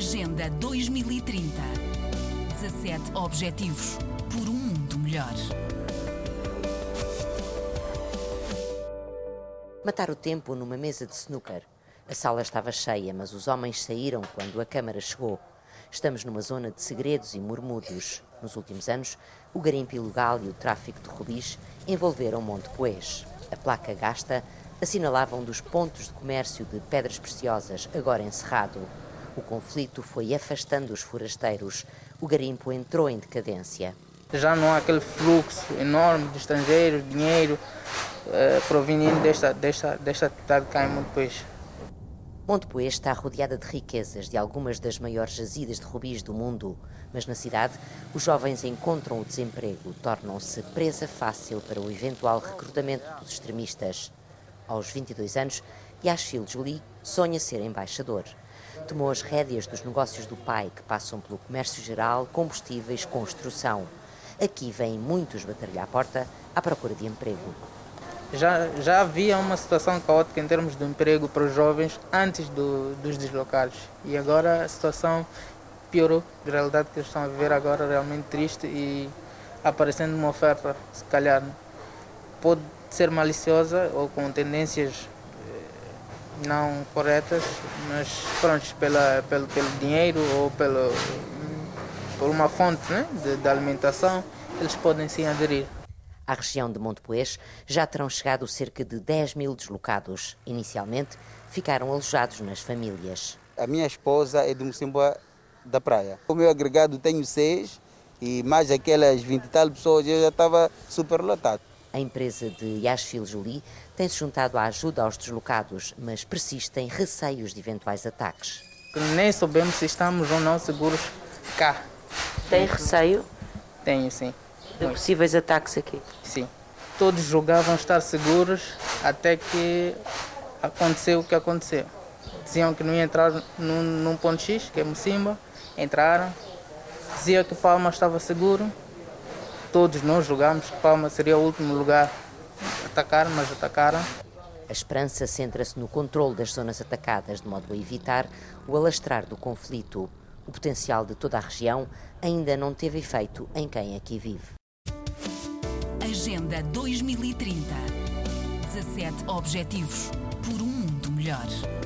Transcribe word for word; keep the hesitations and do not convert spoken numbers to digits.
Agenda dois mil e trinta. dezassete Objetivos por um mundo melhor. Matar o tempo numa mesa de snooker. A sala estava cheia, mas os homens saíram quando a câmara chegou. Estamos numa zona de segredos e murmúrios. Nos últimos anos, o garimpo ilegal e o tráfico de rubis envolveram Monte Puez. A placa gasta assinalava um dos pontos de comércio de pedras preciosas, agora encerrado. O conflito foi afastando os forasteiros. O garimpo entrou em decadência. Já não há aquele fluxo enorme de estrangeiros, dinheiro, eh, proveniente desta, desta, desta atividade cá em Monte Puez. Monte Puez está rodeada de riquezas de algumas das maiores jazidas de rubis do mundo. Mas na cidade, os jovens encontram o desemprego, tornam-se presa fácil para o eventual recrutamento dos extremistas. Aos vinte e dois anos, Yashfil Jolie sonha ser embaixador. Tomou as rédeas dos negócios do pai, que passam pelo comércio geral, combustíveis, construção. Aqui vêm muitos bater-lhe à porta à procura de emprego. Já, já havia uma situação caótica em termos de emprego para os jovens antes do, dos deslocados. E agora a situação piorou. A realidade que eles estão a viver agora é realmente triste e aparecendo uma oferta, se calhar, pode ser maliciosa ou com tendências não corretas, mas pronto, pela, pelo, pelo dinheiro ou pelo, por uma fonte, né, de, de alimentação, eles podem sim aderir. À região de Monte Puez já terão chegado cerca de dez mil deslocados. Inicialmente, ficaram alojados nas famílias. A minha esposa é de Mocimboa da Praia. O meu agregado tenho seis e mais aquelas vinte e tal pessoas, eu já estava super lotado. A empresa de Yashfil Jolie tem-se juntado à ajuda aos deslocados, mas persistem receios de eventuais ataques. Nem sabemos se estamos ou não seguros cá. Tem receio? Tenho, sim. De possíveis ataques aqui? Sim. Todos julgavam estar seguros até que aconteceu o que aconteceu. Diziam que não iam entrar num, num ponto X, que é Mocimboa, entraram. Diziam que Palma estava seguro. Todos nós julgámos que Palma seria o último lugar a atacar, mas atacaram. A esperança centra-se no controle das zonas atacadas, de modo a evitar o alastrar do conflito. O potencial de toda a região ainda não teve efeito em quem aqui vive. Agenda dois mil e trinta. dezassete Objetivos por um mundo melhor.